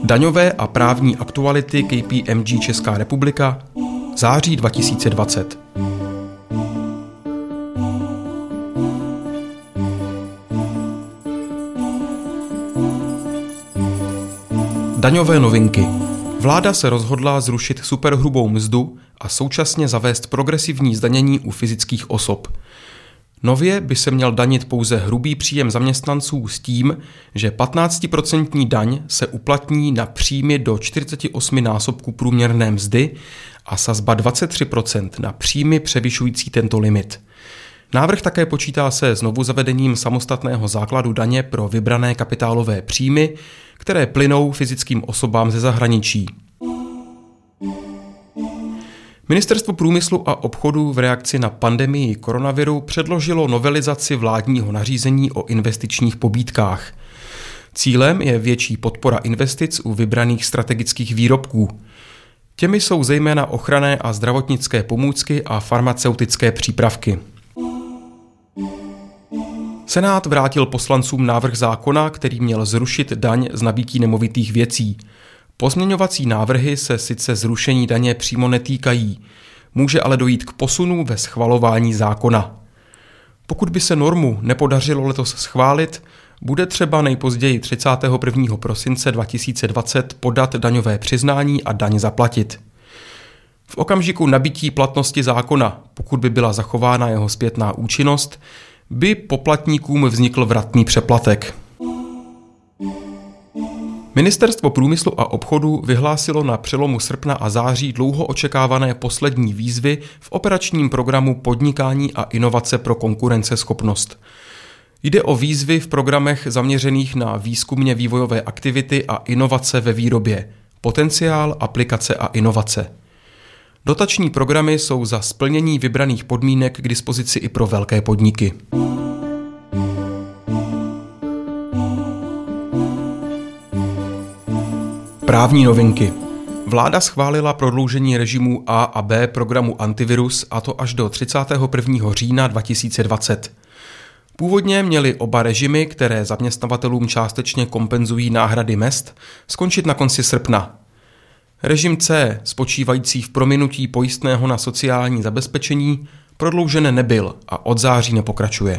Daňové a právní aktuality KPMG Česká republika, září 2020. Daňové novinky. Vláda se rozhodla zrušit superhrubou mzdu a současně zavést progresivní zdanění u fyzických osob. Nově by se měl danit pouze hrubý příjem zaměstnanců s tím, že 15% daň se uplatní na příjmy do 48 násobků průměrné mzdy a sazba 23% na příjmy převyšující tento limit. Návrh také počítá se znovu zavedením samostatného základu daně pro vybrané kapitálové příjmy, které plynou fyzickým osobám ze zahraničí. Ministerstvo průmyslu a obchodu v reakci na pandemii koronaviru předložilo novelizaci vládního nařízení o investičních pobídkách. Cílem je větší podpora investic u vybraných strategických výrobků. Těmi jsou zejména ochranné a zdravotnické pomůcky a farmaceutické přípravky. Senát vrátil poslancům návrh zákona, který měl zrušit daň z nabytí nemovitých věcí. Pozměňovací návrhy se sice zrušení daně přímo netýkají, může ale dojít k posunu ve schvalování zákona. Pokud by se normu nepodařilo letos schválit, bude třeba nejpozději 31. prosince 2020 podat daňové přiznání a daň zaplatit. V okamžiku nabytí platnosti zákona, pokud by byla zachována jeho zpětná účinnost, by poplatníkům vznikl vratný přeplatek. Ministerstvo průmyslu a obchodu vyhlásilo na přelomu srpna a září dlouho očekávané poslední výzvy v operačním programu Podnikání a inovace pro konkurenceschopnost. Jde o výzvy v programech zaměřených na výzkumně vývojové aktivity a inovace ve výrobě, potenciál, aplikace a inovace. Dotační programy jsou za splnění vybraných podmínek k dispozici i pro velké podniky. Právní novinky. Vláda schválila prodloužení režimu A a B programu Antivirus, a to až do 31. října 2020. Původně měly oba režimy, které zaměstnavatelům částečně kompenzují náhrady mezd, skončit na konci srpna. Režim C, spočívající v prominutí pojistného na sociální zabezpečení, prodloužen nebyl a od září nepokračuje.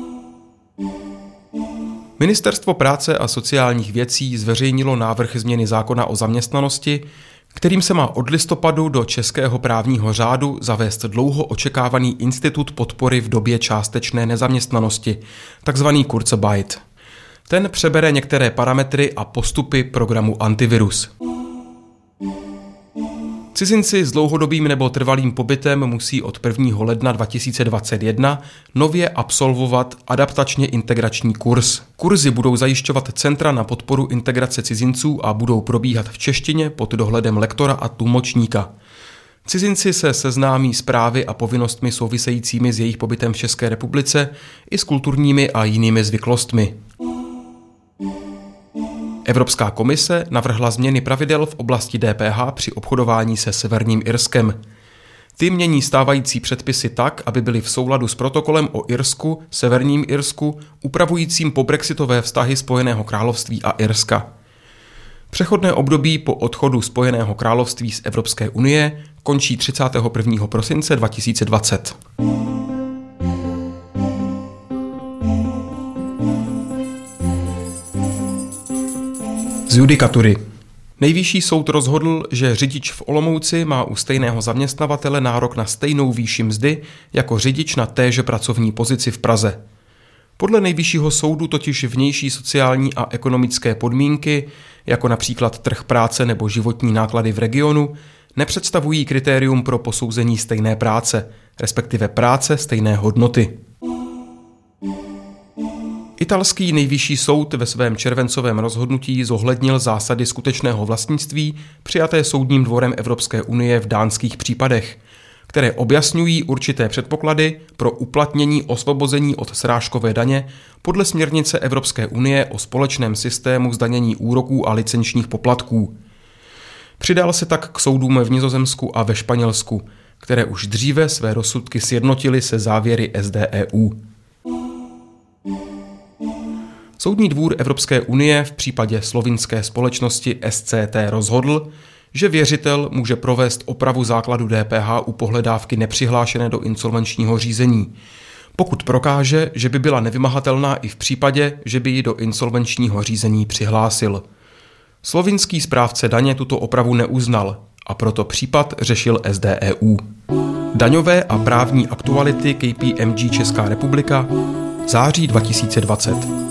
Ministerstvo práce a sociálních věcí zveřejnilo návrh změny zákona o zaměstnanosti, kterým se má od listopadu do českého právního řádu zavést dlouho očekávaný institut podpory v době částečné nezaměstnanosti, takzvaný Kurzarbeit. Ten přebere některé parametry a postupy programu Antivirus. Cizinci s dlouhodobým nebo trvalým pobytem musí od 1. ledna 2021 nově absolvovat adaptačně integrační kurz. Kurzy budou zajišťovat Centra na podporu integrace cizinců a budou probíhat v češtině pod dohledem lektora a tlumočníka. Cizinci se seznámí s právy a povinnostmi souvisejícími s jejich pobytem v České republice i s kulturními a jinými zvyklostmi. Evropská komise navrhla změny pravidel v oblasti DPH při obchodování se Severním Irskem. Ty mění stávající předpisy tak, aby byly v souladu s protokolem o Irsku, Severním Irsku, upravujícím pobrexitové vztahy Spojeného království a Irska. Přechodné období po odchodu Spojeného království z Evropské unie končí 31. prosince 2020. Z judikatury. Nejvyšší soud rozhodl, že řidič v Olomouci má u stejného zaměstnavatele nárok na stejnou výši mzdy jako řidič na téže pracovní pozici v Praze. Podle Nejvyššího soudu totiž vnější sociální a ekonomické podmínky, jako například trh práce nebo životní náklady v regionu, nepředstavují kritérium pro posouzení stejné práce, respektive práce stejné hodnoty. Italský nejvyšší soud ve svém červencovém rozhodnutí zohlednil zásady skutečného vlastnictví přijaté Soudním dvorem Evropské unie v dánských případech, které objasňují určité předpoklady pro uplatnění osvobození od srážkové daně podle směrnice Evropské unie o společném systému zdanění úroků a licenčních poplatků. Přidal se tak k soudům v Nizozemsku a ve Španělsku, které už dříve své rozsudky sjednotily se závěry SDEU. Soudní dvůr Evropské unie v případě slovinské společnosti SCT rozhodl, že věřitel může provést opravu základu DPH u pohledávky nepřihlášené do insolvenčního řízení, pokud prokáže, že by byla nevymahatelná i v případě, že by ji do insolvenčního řízení přihlásil. Slovinský správce daně tuto opravu neuznal a proto případ řešil SDEU. Daňové a právní aktuality KPMG Česká republika, září 2020.